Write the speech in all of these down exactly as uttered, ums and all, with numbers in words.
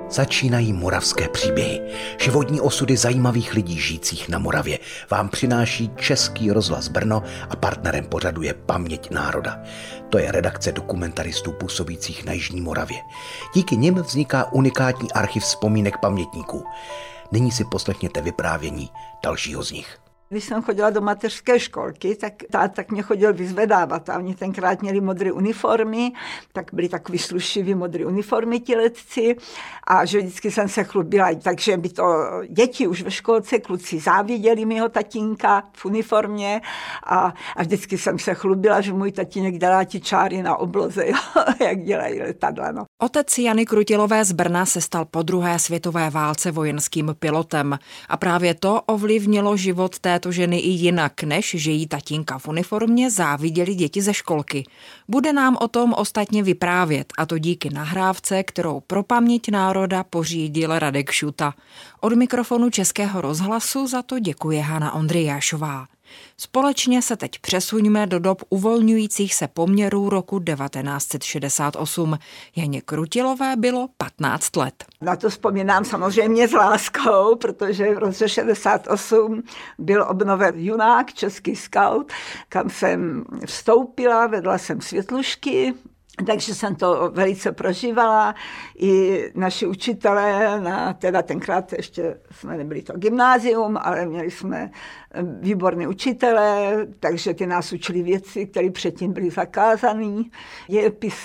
Začínají moravské příběhy. Životní osudy zajímavých lidí žijících na Moravě vám přináší Český rozhlas Brno a partnerem pořadu je Paměť národa. To je redakce dokumentaristů působících na jižní Moravě. Díky nim vzniká unikátní archiv vzpomínek pamětníků. Nyní si poslechněte vyprávění dalšího z nich. Když jsem chodila do mateřské školky, tak táta mě chodil vyzvedávat a oni tenkrát měli modré uniformy, tak byli takový slušiví modré uniformy ti letci a že vždycky jsem se chlubila, takže by to děti už ve školce, kluci záviděli mého tatínka v uniformě a, a vždycky jsem se chlubila, že můj tatínek dělá ti čáry na obloze, jo, jak dělají letadla. No. Otec Jany Krutilové z Brna se stal po druhé světové válce vojenským pilotem a právě to ovlivnilo život té to ženy i jinak, než že jí tatínka v uniformě záviděli děti ze školky. Bude nám o tom ostatně vyprávět, a to díky nahrávce, kterou pro Paměť národa pořídil Radek Šuta. Od mikrofonu Českého rozhlasu za to děkuje Hana Ondryjášová. Společně se teď přesuňme do dob uvolňujících se poměrů roku devatenáct set šedesát osm. Janě Krutilové bylo patnáct let. Na to vzpomínám samozřejmě s láskou, protože v roce šedesát osm byl obnoven Junák, český skaut, kam jsem vstoupila, vedla jsem světlušky, takže jsem to velice prožívala. I naši učitelé, na, teda tenkrát ještě jsme nebyli to gymnázium, ale měli jsme výborné učitelé, takže ty nás učili věci, které předtím byly zakázané. Dějepis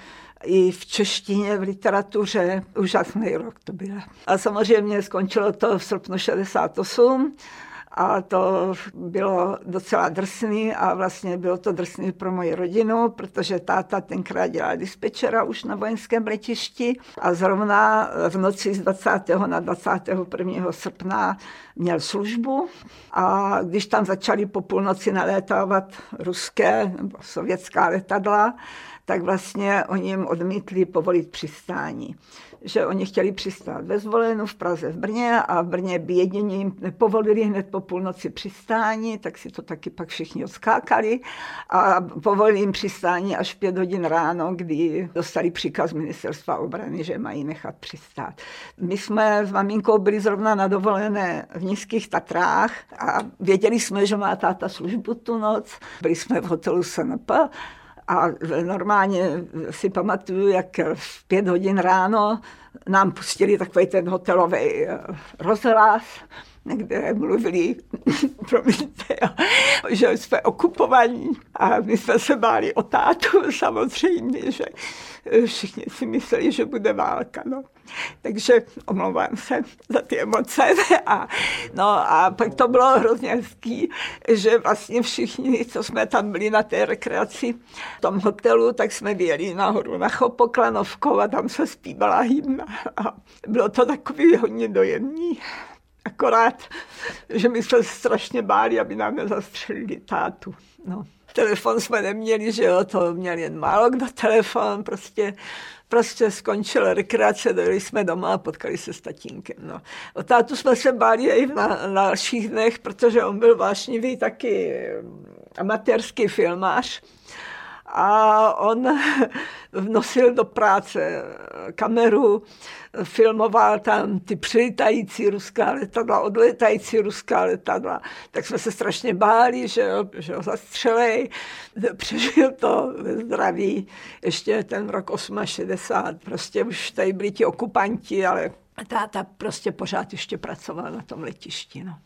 i v češtině, v literatuře, úžasný rok to byl. A samozřejmě skončilo to v srpnu šedesát osm. A to bylo docela drsný a vlastně bylo to drsný pro moji rodinu, protože táta tenkrát dělal dispečera už na vojenském letišti a zrovna v noci z dvacátého na dvacátého prvního srpna měl službu a když tam začali po půlnoci nalétávat ruské nebo sovětská letadla, tak vlastně oni jim odmítli povolit přistání. Že oni chtěli přistát ve Zvolenu, v Praze, v Brně a v Brně by jedině jim nepovolili hned po půlnoci přistání, tak si to taky pak všichni odskákali a povolili jim přistání až v pět hodin ráno, kdy dostali příkaz ministerstva obrany, že mají nechat přistát. My jsme s maminkou byli zrovna na dovolené v Nízkých Tatrách a věděli jsme, že má táta službu tu noc. Byli jsme v hotelu S N P a normálně si pamatuju, jak v pět hodin ráno nám pustili takový ten hotelový rozhlas, kde mluvili, promiňte, že jsme okupovaní a my jsme se báli o tátu samozřejmě, že všichni si mysleli, že bude válka. No. Takže omlouvám se za ty emoce. A, no, a pak to bylo hrozně hezký, že vlastně všichni, co jsme tam byli na té rekreaci v tom hotelu, tak jsme vyjeli nahoru na Chopoklanovkou a tam se zpívala hymna. A bylo to takový hodně dojemný. Akorát, že my jsme se strašně báli, aby nám nezastřelili tátu. No. Telefon jsme neměli, že jo, to měl jen málo kdo telefon, prostě, prostě skončila rekreace, dojeli jsme doma a potkali se s tatínkem. No. O tátu jsme se báli i na, na dalších dnech, protože on byl vášnivý taky amatérský filmář. A on nosil do práce kameru, filmoval tam ty přilítající ruská letadla, odletající ruská letadla. Tak jsme se strašně báli, že, že ho zastřelej. Přežil to ve zdraví. Ještě ten rok šedesát osm. Prostě už tady byli ti okupanti, ale táta prostě pořád ještě pracoval na tom letišti. No.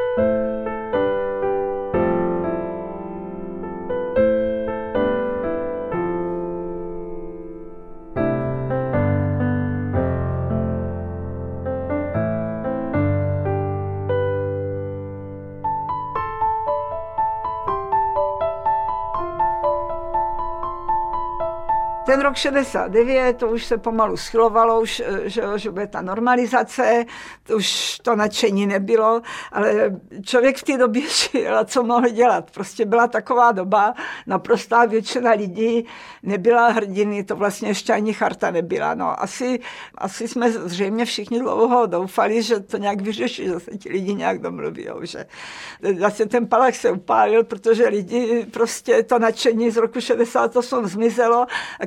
Ten rok šedesát devět, to už se pomalu schylovalo, už, že, že bude ta normalizace, už to nadšení nebylo, ale člověk v té době žil a co mohl dělat. Prostě byla taková doba, naprostá většina lidí nebyla hrdiny, to vlastně ještě ani charta nebyla. No, asi, asi jsme zřejmě všichni dlouho doufali, že to nějak vyřeší, že se ti lidi nějak domluví. Že vlastně ten Palach se upálil, protože lidi prostě to nadšení z roku šedesát osm zmizelo a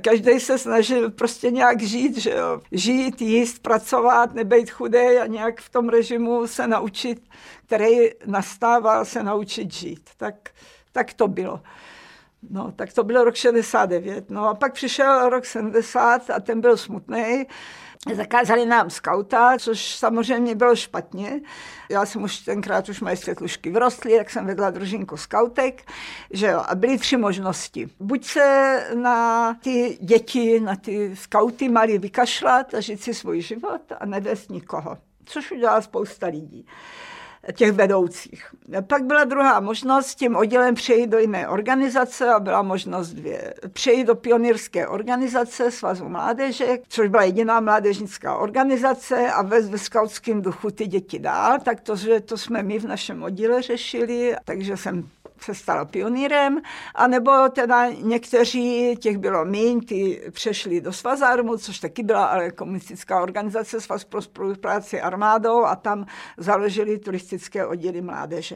každý se snažil prostě nějak žít, že jo. Žít, jíst, pracovat, nebejt chudej a nějak v tom režimu se naučit, který nastával, se naučit žít. Tak, tak to bylo. No, tak to bylo rok šedesát devět. No a pak přišel rok sedmdesát a ten byl smutný. Zakázali nám skauta, což samozřejmě bylo špatně. Já jsem už tenkrát, už moje světlušky vyrostly, tak jsem vedla družinku skautek, že jo, a byly tři možnosti. Buď se na ty děti, na ty skauty mali vykašlat a žít si svůj život a nevést nikoho, což udělala spousta lidí, těch vedoucích. Pak byla druhá možnost tím oddělem přejít do jiné organizace a byla možnost dvě. Přejít do pionýrské organizace Svazu mládeže, což byla jediná mládežnická organizace a vést ve skautském duchu ty děti dál, tak to, že to jsme my v našem oddíle řešili, takže jsem se stala pionýrem, anebo teda někteří, těch bylo míň, ty přešli do Svazarmu, což taky byla ale komunistická organizace, Svaz pro spolupráci armádou a tam založili turistické oddíly mládeže.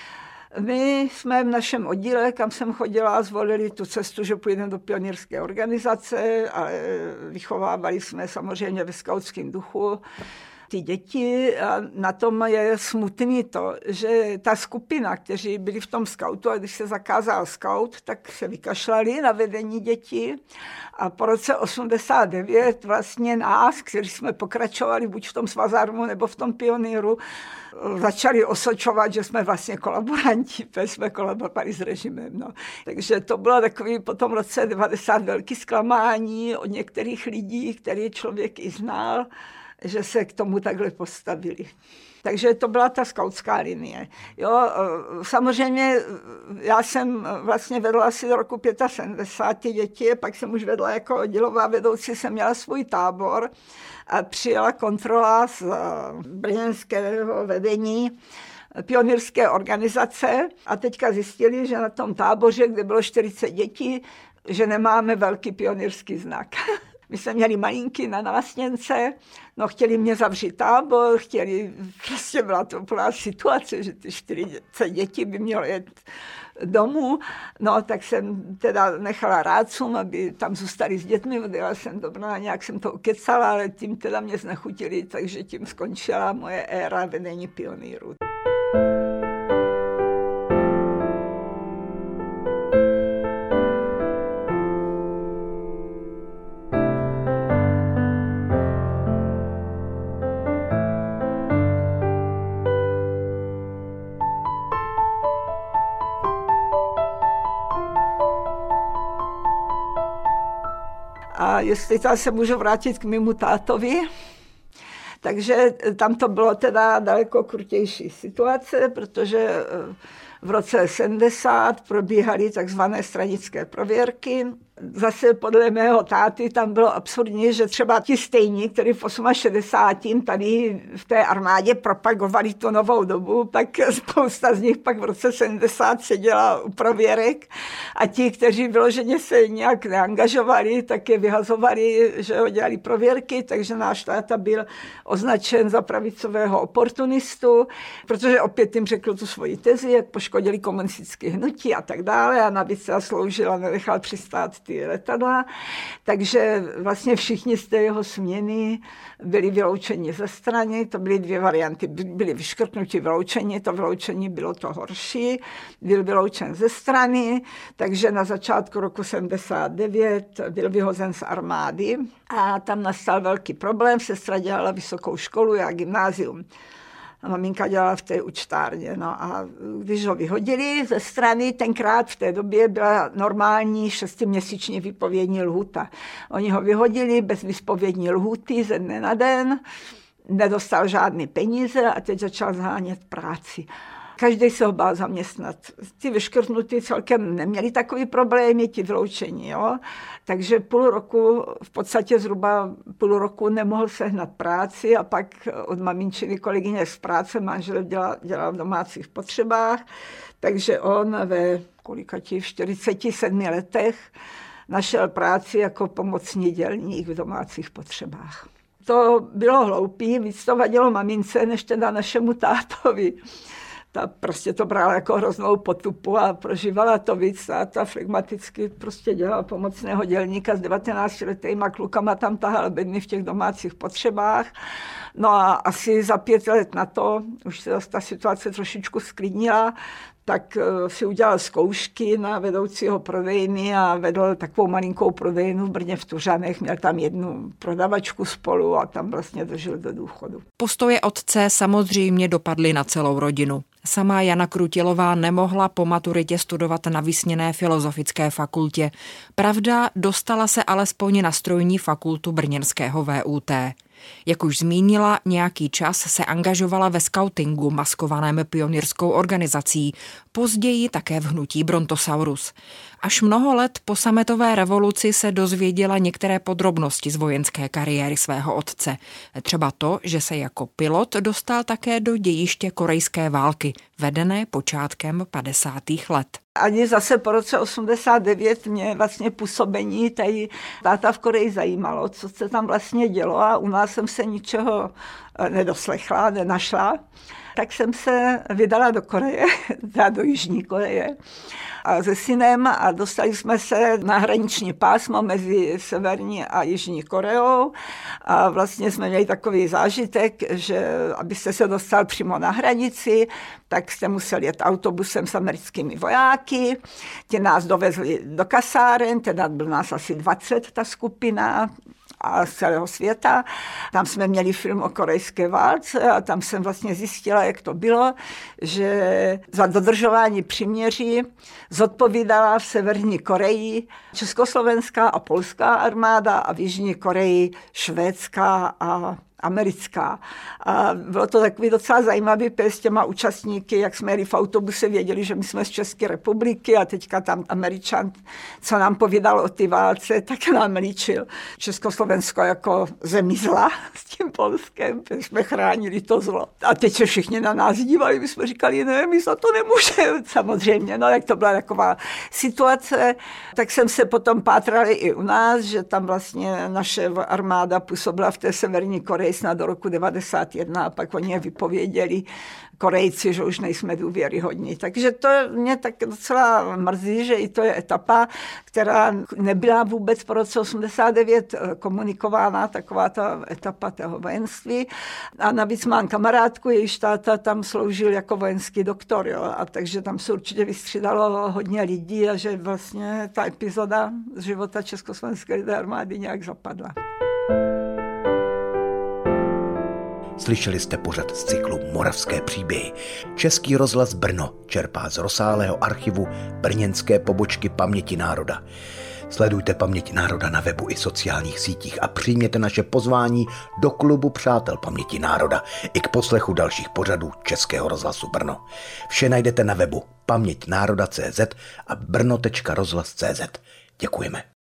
My jsme v našem oddíle, kam jsem chodila, zvolili tu cestu, že půjdeme do pionýrské organizace a vychovávali jsme samozřejmě ve skautském duchu ty děti a na tom je smutný to, že ta skupina, kteří byli v tom skautu a když se zakázal skaut, tak se vykašlali na vedení dětí a po roce osmdesát devět vlastně nás, kteří jsme pokračovali buď v tom Svazarmu nebo v tom pionýru, začali osočovat, že jsme vlastně kolaboranti, protože jsme kolaborovali s režimem. No. Takže to bylo takový po tom roce devadesát velký zklamání od některých lidí, který člověk i znal, že se k tomu takhle postavili. Takže to byla ta skautská linie. Jo, samozřejmě já jsem vlastně vedla asi do roku sedmdesát pět děti, pak jsem už vedla jako oddělová vedoucí, jsem měla svůj tábor a přijela kontrola z brněnského vedení pionýrské organizace a teďka zjistili, že na tom táboře, kde bylo čtyřicet dětí, že nemáme velký pionýrský znak. My jsme měli malinky na nástěnce, no chtěli mě zavřít tábor, chtěli, prostě byla to úplná situace, že ty čtyřicet dětí by mělo jet domů, no tak jsem teda nechala rádcům, aby tam zůstali s dětmi, odjela jsem dobrá, nějak jsem to ukecala, ale tím teda mě znechutili, takže tím skončila moje éra vedení pionýrů. A jestli tam se můžu vrátit k mému tátovi, takže tam to bylo teda daleko krutější situace, protože v roce sedmdesát probíhaly takzvané stranické prověrky. Zase podle mého táty tam bylo absurdní, že třeba ti stejní, kteří v šedesátém osmém tady v té armádě propagovali tu novou dobu, pak spousta z nich pak v roce sedmdesát seděla u prověrek a ti, kteří vyloženě se nějak neangažovali, tak je vyhazovali, že ho dělali prověrky, takže náš táta byl označen za pravicového oportunistu, protože opět jim řekl tu svoji tezi, jak poškodili komunistické hnutí a tak dále a navíc se sloužil a nenechal přistát ty letadla, takže vlastně všichni z té jeho směny byli vyloučeni ze strany, to byly dvě varianty, byli vyškrtnuti, vyloučeni, to vyloučení bylo to horší, byl vyloučen ze strany, takže na začátku roku sedmdesát devět byl vyhozen z armády a tam nastal velký problém, sestra dělala vysokou školu, já gymnázium. A maminka dělala v té účtárně. No a když ho vyhodili ze strany, tenkrát v té době byla normální šestiměsíční výpovědní lhůta. Oni ho vyhodili bez výpovědní lhůty ze dne na den, nedostal žádný peníze a teď začal zhánět práci. Každý se ho bál zaměstnat. Ty vyškrtnutí celkem neměli takový problémy, ti vyloučení. Jo? Takže půl roku, v podstatě zhruba půl roku nemohl sehnat práci a pak od maminčiny kolegyně z práce manžel dělal, dělal v domácích potřebách. Takže on ve kolikati, v čtyřiceti sedmi letech našel práci jako pomocný dělník v domácích potřebách. To bylo hloupý, víc to vadilo mamince, než teda našemu tátovi. ta prostě to brala jako hroznou potupu a prožívala to víc. A ta flegmaticky prostě dělala pomocného dělníka s devatenáctiletýma klukama, tam tahal bedny v těch domácích potřebách. No a asi za pět let na to, už se ta situace trošičku sklidnila, tak si udělal zkoušky na vedoucího prodejny a vedl takovou malinkou prodejnu v Brně v Tuřanech. Měl tam jednu prodavačku spolu a tam vlastně dožil do důchodu. Postoje otce samozřejmě dopadly na celou rodinu. Sama Jana Krutilová nemohla po maturitě studovat na vysněné filozofické fakultě. Pravda, dostala se alespoň na strojní fakultu brněnského V U T. Jak už zmínila, nějaký čas se angažovala ve skautingu, maskovaném pionýrskou organizací, později také v hnutí Brontosaurus. Až mnoho let po sametové revoluci se dozvěděla některé podrobnosti z vojenské kariéry svého otce. Třeba to, že se jako pilot dostal také do dějiště korejské války, vedené počátkem padesátých let. Ani zase po roce osmdesát devět mě vlastně působení tady táta v Koreji zajímalo, co se tam vlastně dělo a u nás jsem se ničeho nedoslechla, nenašla. Tak jsem se vydala do Koreje, do Jižní Koreje a se synem a dostali jsme se na hraniční pásmo mezi Severní a Jižní Koreou a vlastně jsme měli takový zážitek, že abyste se dostal přímo na hranici, tak jste museli jet autobusem s americkými vojáky, ti nás dovezli do kasáren, teda byl nás asi dvacet ta skupina, a z celého světa. Tam jsme měli film o korejské válce a tam jsem vlastně zjistila, jak to bylo, že za dodržování příměří zodpovídala v Severní Koreji československá a polská armáda a v Jižní Koreji švédská a americká. A bylo to takový docela zajímavý pes s těma účastníky, jak jsme jeli v autobuse, věděli, že my jsme z České republiky a teďka tam Američan, co nám povídal o ty válce, tak nám líčil Československo jako zemi zla s tím Polskem, jsme chránili to zlo. A teď se všichni na nás dívali, my jsme říkali, ne, my za to nemůžeme, samozřejmě, no jak to byla taková situace, tak jsem se potom pátrali i u nás, že tam vlastně naše armáda působila v té Severní Koreji snad do roku devadesát jedna a pak oni je vypověděli Korejci, že už nejsme důvěryhodní. Takže to mě tak docela mrzí, že i to je etapa, která nebyla vůbec po roce osmdesát devět komunikována, taková ta etapa toho vojenství. A navíc mám kamarádku, jejíž táta tam sloužil jako vojenský doktor, jo, a takže tam se určitě vystřídalo hodně lidí a že vlastně ta epizoda z života Československé lidové armády nějak zapadla. Slyšeli jste pořad z cyklu Moravské příběhy. Český rozhlas Brno čerpá z rozsáhlého archivu brněnské pobočky Paměti národa. Sledujte Paměť národa na webu i sociálních sítích a přijměte naše pozvání do klubu Přátel Paměti národa i k poslechu dalších pořadů Českého rozhlasu Brno. Vše najdete na webu paměť národa tečka cé zet a brno tečka rozhlas tečka cé zet. Děkujeme.